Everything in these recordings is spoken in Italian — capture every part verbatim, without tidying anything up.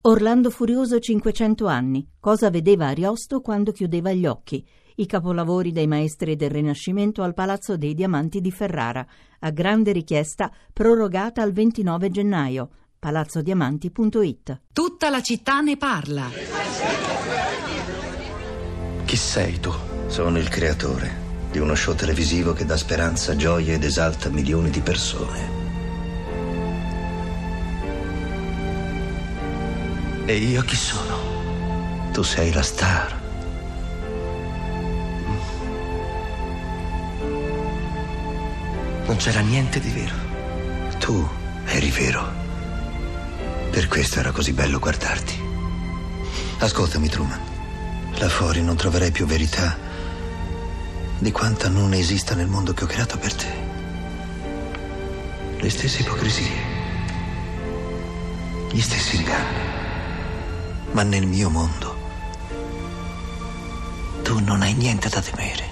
Orlando Furioso cinquecento anni. Cosa vedeva Ariosto quando chiudeva gli occhi? I capolavori dei maestri del Rinascimento al Palazzo dei Diamanti di Ferrara, a grande richiesta prorogata al ventinove gennaio. palazzo diamanti punto it. Tutta la città ne parla. Chi sei tu? Sono il creatore di uno show televisivo che dà speranza, gioia ed esalta milioni di persone. E io chi sono? Tu sei la star. Non c'era niente di vero. Tu eri vero. Per questo era così bello guardarti. Ascoltami, Truman. Là fuori non troverai più verità di quanta non esista nel mondo che ho creato per te. Le stesse ipocrisie, gli stessi inganni. Ma nel mio mondo tu non hai niente da temere.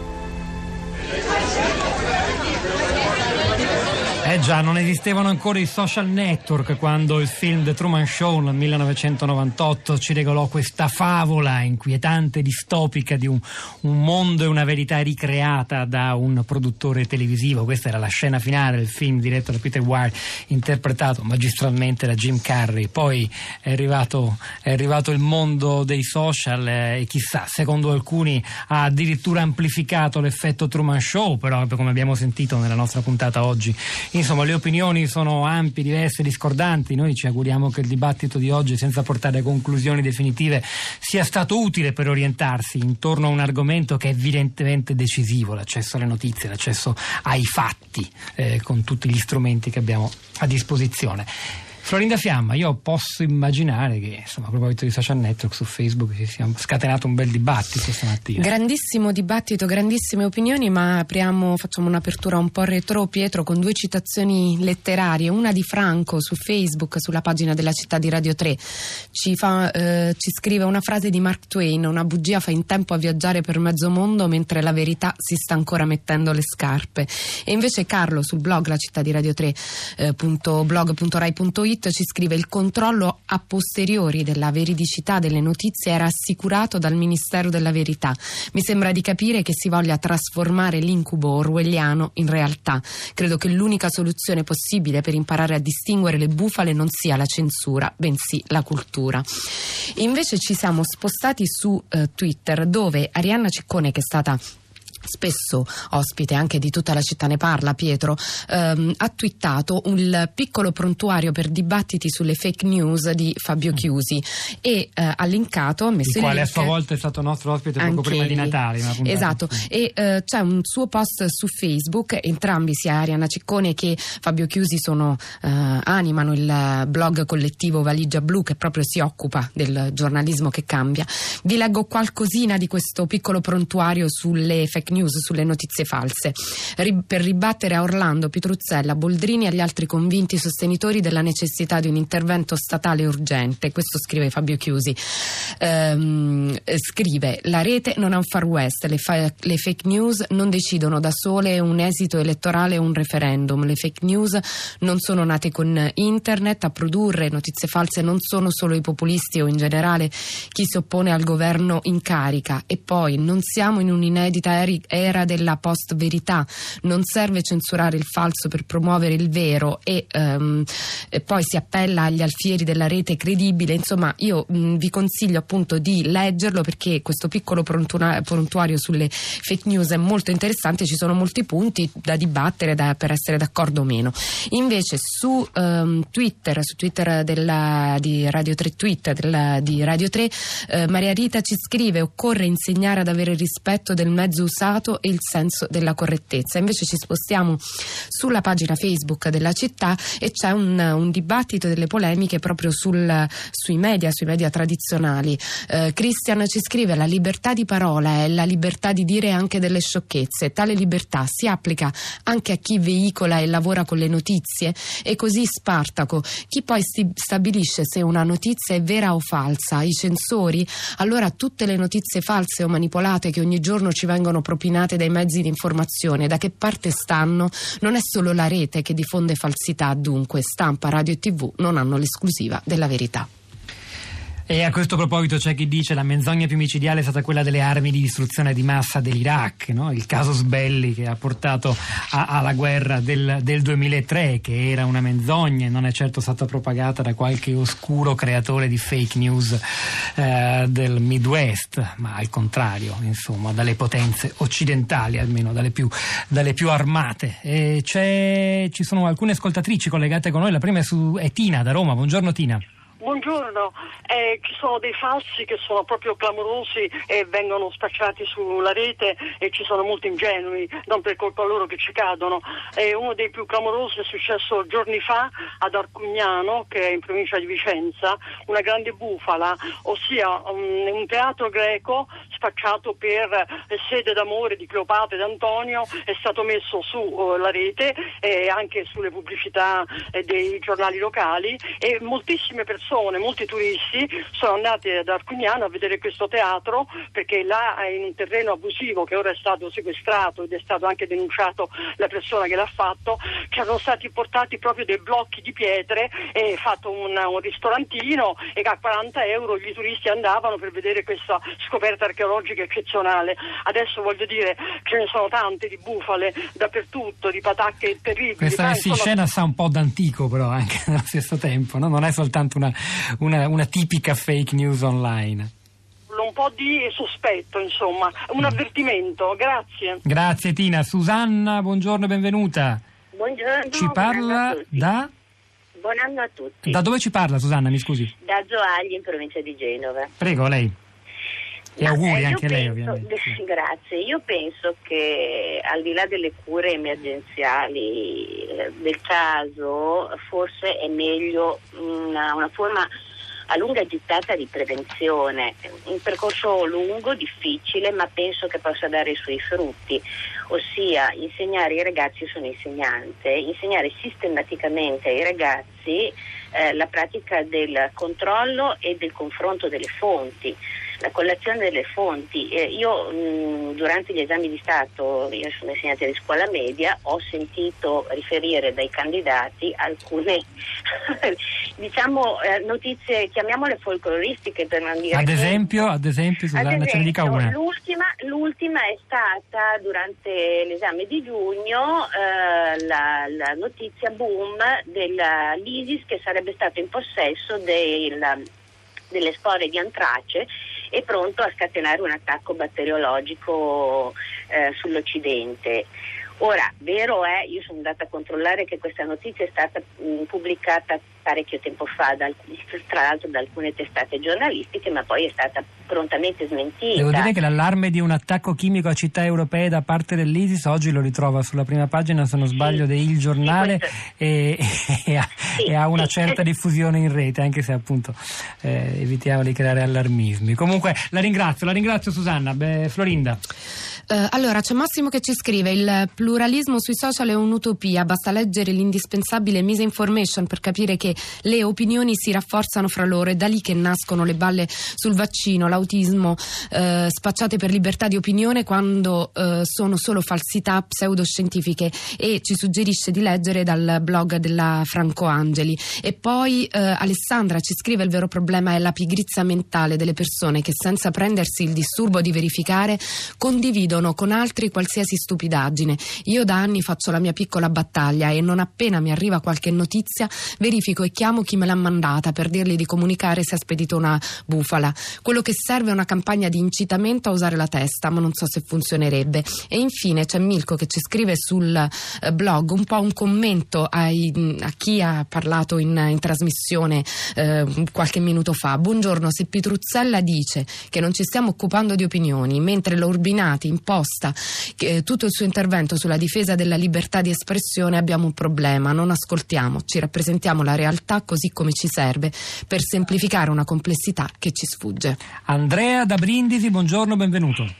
Eh già, non esistevano ancora i social network quando il film The Truman Show nel millenovecentonovantotto ci regalò questa favola inquietante, distopica di un, un mondo e una verità ricreata da un produttore televisivo. Questa era la scena finale del film diretto da Peter Weir, interpretato magistralmente da Jim Carrey. Poi è arrivato, è arrivato il mondo dei social eh, e chissà, secondo alcuni ha addirittura amplificato l'effetto Truman Show, però come abbiamo sentito nella nostra puntata oggi, insomma, le opinioni sono ampie, diverse, discordanti. Noi ci auguriamo che il dibattito di oggi, senza portare a conclusioni definitive, sia stato utile per orientarsi intorno a un argomento che è evidentemente decisivo: l'accesso alle notizie, l'accesso ai fatti, eh, con tutti gli strumenti che abbiamo a disposizione. Florinda Fiamma, io posso immaginare che, insomma, a proposito di social network, su Facebook si sia scatenato un bel dibattito stamattina. Grandissimo dibattito, grandissime opinioni, ma apriamo, facciamo un'apertura un po' retro, Pietro, con due citazioni letterarie. Una di Franco su Facebook, sulla pagina della Città di Radio tre. Ci, fa, eh, ci scrive una frase di Mark Twain: una bugia fa in tempo a viaggiare per mezzo mondo mentre la verità si sta ancora mettendo le scarpe. E invece Carlo sul blog la città di radio tre punto blog punto rai punto it ci scrive: il controllo a posteriori della veridicità delle notizie era assicurato dal Ministero della Verità. Mi sembra di capire che si voglia trasformare l'incubo orwelliano in realtà. Credo che l'unica soluzione possibile per imparare a distinguere le bufale non sia la censura, bensì la cultura. Invece ci siamo spostati su eh, Twitter, dove Arianna Ciccone, che è stata spesso ospite anche di Tutta la città ne parla, Pietro, ehm, ha twittato un piccolo prontuario per dibattiti sulle fake news di Fabio Chiusi e eh, ha linkato, ha messo il quale il a sua volta è stato nostro ospite poco prima di Natale. Esatto, e eh, c'è un suo post su Facebook, entrambi, sia Arianna Ciccone che Fabio Chiusi sono eh, animano il blog collettivo Valigia Blu, che proprio si occupa del giornalismo che cambia. Vi leggo qualcosina di questo piccolo prontuario sulle fake news, sulle notizie false. Ri- per ribattere a Orlando, Pitruzzella, Boldrini e agli altri convinti sostenitori della necessità di un intervento statale urgente. Questo scrive Fabio Chiusi. Ehm, scrive: la rete non è un far west, le, fa- le fake news non decidono da sole un esito elettorale o un referendum. Le fake news non sono nate con internet. A produrre notizie false non sono solo i populisti o in generale chi si oppone al governo in carica. E poi non siamo in un'inedita eri- era della post verità, non serve censurare il falso per promuovere il vero. E, um, e poi si appella agli alfieri della rete credibile. Insomma, io mh, vi consiglio appunto di leggerlo, perché questo piccolo prontua- prontuario sulle fake news è molto interessante. Ci sono molti punti da dibattere da, per essere d'accordo o meno. Invece su um, Twitter su Twitter della, di Radio tre Tweet della, di Radio tre, eh, Maria Rita ci scrive: occorre insegnare ad avere rispetto del mezzo usato e il senso della correttezza. Invece ci spostiamo sulla pagina Facebook della città e c'è un, un dibattito, delle polemiche proprio sul, sui media, sui media tradizionali. Eh, Christian ci scrive: la libertà di parola è la libertà di dire anche delle sciocchezze. Tale libertà si applica anche a chi veicola e lavora con le notizie. E così Spartaco: chi poi sti- stabilisce se una notizia è vera o falsa? I censori? Allora tutte le notizie false o manipolate che ogni giorno ci vengono propinate dai mezzi di informazione, da che parte stanno? Non è solo la rete che diffonde falsità, dunque stampa, radio e tivù non hanno l'esclusiva della verità. E a questo proposito c'è chi dice la menzogna più micidiale è stata quella delle armi di distruzione di massa dell'Iraq, no? Il casus belli che ha portato a, alla guerra del, del duemilatré, che era una menzogna e non è certo stata propagata da qualche oscuro creatore di fake news eh, del Midwest, ma al contrario, insomma, dalle potenze occidentali, almeno dalle più, dalle più armate. E c'è, ci sono alcune ascoltatrici collegate con noi, la prima è, su, è Tina da Roma. Buongiorno Tina. Buongiorno, eh, ci sono dei falsi che sono proprio clamorosi e vengono spacciati sulla rete e ci sono molti ingenui, non per colpa loro che ci cadono. Eh, uno dei più clamorosi è successo giorni fa ad Arcugnano, che è in provincia di Vicenza, una grande bufala, ossia um, un teatro greco spacciato per sede d'amore di Cleopatra ed Antonio, è stato messo sulla uh, rete e anche sulle pubblicità eh, dei giornali locali, e moltissime persone, molti turisti sono andati ad Arcugnano a vedere questo teatro, perché là è in un terreno abusivo che ora è stato sequestrato ed è stato anche denunciato la persona che l'ha fatto. Ci erano stati portati proprio dei blocchi di pietre e fatto un, un ristorantino, e a quaranta euro gli turisti andavano per vedere questa scoperta archeologica eccezionale. Adesso voglio dire, ce ne sono tante di bufale dappertutto, di patacche terribili. Questa Ma, sì, insomma, scena sa un po' d'antico, però anche allo stesso tempo, no? Non è soltanto una Una, una tipica fake news online. Un po' di sospetto, insomma, un mm. avvertimento. Grazie. Grazie Tina. Susanna, buongiorno e benvenuta. Buongiorno. Ci parla da? Buon anno a tutti. Da dove ci parla Susanna, mi scusi? Da Zoagli, in provincia di Genova. Prego, lei. E Ma, auguri eh, anche penso, lei, ovviamente. Grazie. Io penso che al di là delle cure emergenziali eh, del caso, forse è meglio una, una forma a lunga gittata di prevenzione, un percorso lungo, difficile, ma penso che possa dare i suoi frutti, ossia insegnare ai ragazzi, io sono insegnante, insegnare sistematicamente ai ragazzi eh, la pratica del controllo e del confronto delle fonti, la collezione delle fonti. Eh, io mh, durante gli esami di Stato, io sono insegnante di scuola media, ho sentito riferire dai candidati alcune diciamo eh, notizie, chiamiamole folcloristiche, per non dire. Ad esempio, ad esempio, Susanna, ad esempio, ce ne dica una. L'ultima, l'ultima è stata durante l'esame di giugno eh, la, la notizia boom dell'ISIS che sarebbe stato in possesso del, delle spore di antrace e pronto a scatenare un attacco batteriologico eh, sull'Occidente. Ora, vero è, io sono andata a controllare che questa notizia è stata mh, pubblicata parecchio tempo fa, da, tra l'altro da alcune testate giornalistiche, ma poi è stata prontamente smentita. Devo dire che l'allarme di un attacco chimico a città europee da parte dell'ISIS oggi lo ritrova sulla prima pagina, se non sbaglio, sì, del Giornale, sì, e, e, ha, sì, e ha una sì. certa diffusione in rete, anche se appunto eh, evitiamo di creare allarmismi. Comunque la ringrazio, la ringrazio Susanna. Beh, Florinda. Uh, allora c'è Massimo che ci scrive: il pluralismo sui social è un'utopia, basta leggere l'indispensabile misinformation per capire che le opinioni si rafforzano fra loro, è da lì che nascono le balle sul vaccino, l'autismo, uh, spacciate per libertà di opinione quando uh, sono solo falsità pseudoscientifiche, e ci suggerisce di leggere dal blog della Franco Angeli. E poi uh, Alessandra ci scrive: il vero problema è la pigrizia mentale delle persone che senza prendersi il disturbo di verificare condividono con altri qualsiasi stupidaggine. Io da anni faccio la mia piccola battaglia e non appena mi arriva qualche notizia verifico e chiamo chi me l'ha mandata per dirgli di comunicare se ha spedito una bufala. Quello che serve è una campagna di incitamento a usare la testa, ma non so se funzionerebbe. E infine c'è Milko che ci scrive sul blog un po' un commento ai, a chi ha parlato in, in trasmissione eh, qualche minuto fa. Buongiorno, se Pitruzzella dice che non ci stiamo occupando di opinioni mentre l'Urbinati in posta eh, tutto il suo intervento sulla difesa della libertà di espressione, abbiamo un problema, non ascoltiamo, ci rappresentiamo la realtà così come ci serve per semplificare una complessità che ci sfugge. Andrea da Brindisi, buongiorno, benvenuto.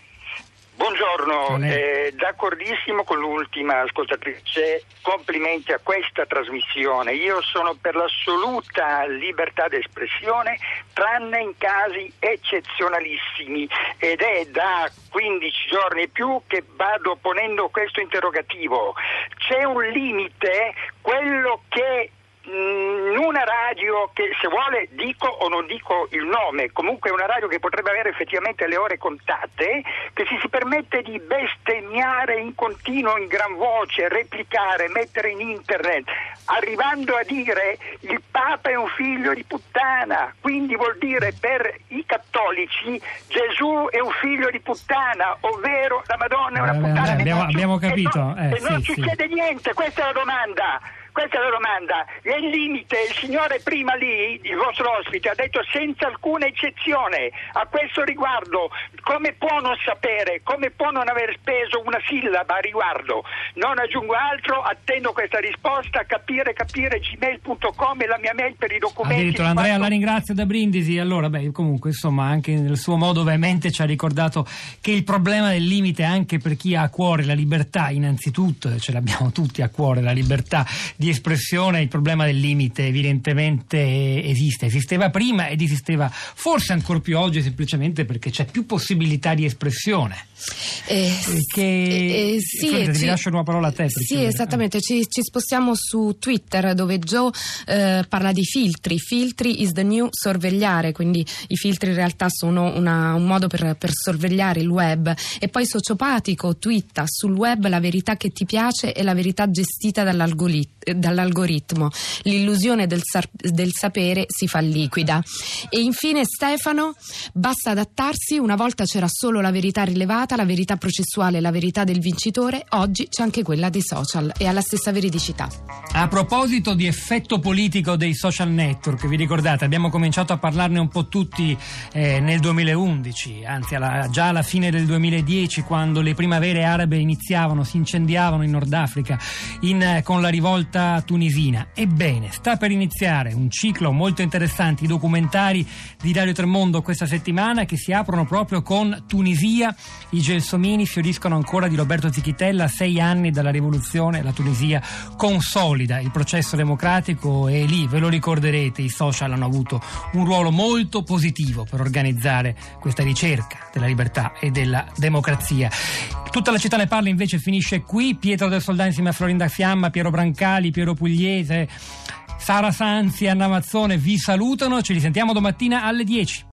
Buongiorno, eh, d'accordissimo con l'ultima ascoltatrice, complimenti a questa trasmissione. Io sono per l'assoluta libertà d'espressione, tranne in casi eccezionalissimi, ed è da quindici giorni e più che vado ponendo questo interrogativo. C'è un limite, quello che mh, in una radio che, se vuole, dico o non dico il nome, comunque una radio che potrebbe avere effettivamente le ore contate, che si, si permette di bestemmiare in continuo, in gran voce, replicare, mettere in internet, arrivando a dire il Papa è un figlio di puttana, quindi vuol dire per i cattolici Gesù è un figlio di puttana, ovvero la Madonna è una eh, puttana. Eh, abbiamo, abbiamo capito. E non, eh, e non sì, ci sì. chiede niente, questa è la domanda. Questa è la domanda. Nel limite, il signore prima lì, il vostro ospite, ha detto senza alcuna eccezione. A questo riguardo, come può non sapere, come può non aver speso una sillaba a riguardo? Non aggiungo altro, attendo questa risposta, capire capire gmail punto com è la mia mail per i documenti. Addirittura Andrea quanto... la ringrazio da Brindisi. Allora, beh, comunque, insomma, anche nel suo modo veemente ci ha ricordato che il problema del limite, anche per chi ha a cuore la libertà, innanzitutto, ce l'abbiamo tutti a cuore, la libertà di espressione, il problema del limite evidentemente esiste, esisteva prima ed esisteva forse ancora più oggi, semplicemente perché c'è più possibilità di espressione. Eh, che eh, sì, Florida, ti ci, lascio una parola a te. Sì, esattamente, ci, ci spostiamo su Twitter, dove Joe eh, parla di filtri. Filtri is the new sorvegliare, quindi i filtri in realtà sono una, un modo per, per sorvegliare il web. E poi Sociopatico twitta: sul web la verità che ti piace è la verità gestita dall'algorit- dall'algoritmo, l'illusione del, sar- del sapere si fa liquida. E infine Stefano: basta adattarsi, una volta c'era solo la verità rilevata, la verità processuale, la verità del vincitore, oggi c'è anche quella dei social e ha la stessa veridicità. A proposito di effetto politico dei social network, vi ricordate, abbiamo cominciato a parlarne un po' tutti eh, nel duemilaundici, anzi alla, già alla fine del duemiladieci, quando le primavere arabe iniziavano, si incendiavano in Nord Africa in, eh, con la rivolta tunisina. Ebbene, sta per iniziare un ciclo molto interessante, i documentari di Radio Tremondo questa settimana, che si aprono proprio con Tunisia. I gelsomini fioriscono ancora di Roberto Zichitella, sei anni dalla rivoluzione, la Tunisia consolida il processo democratico e lì, ve lo ricorderete, i social hanno avuto un ruolo molto positivo per organizzare questa ricerca della libertà e della democrazia. Tutta la città ne parla invece finisce qui. Pietro del Soldà insieme a Florinda Fiamma, Piero Brancali, Piero Pugliese, Sara Sanzi e Anna Mazzone vi salutano, ci risentiamo domattina alle dieci.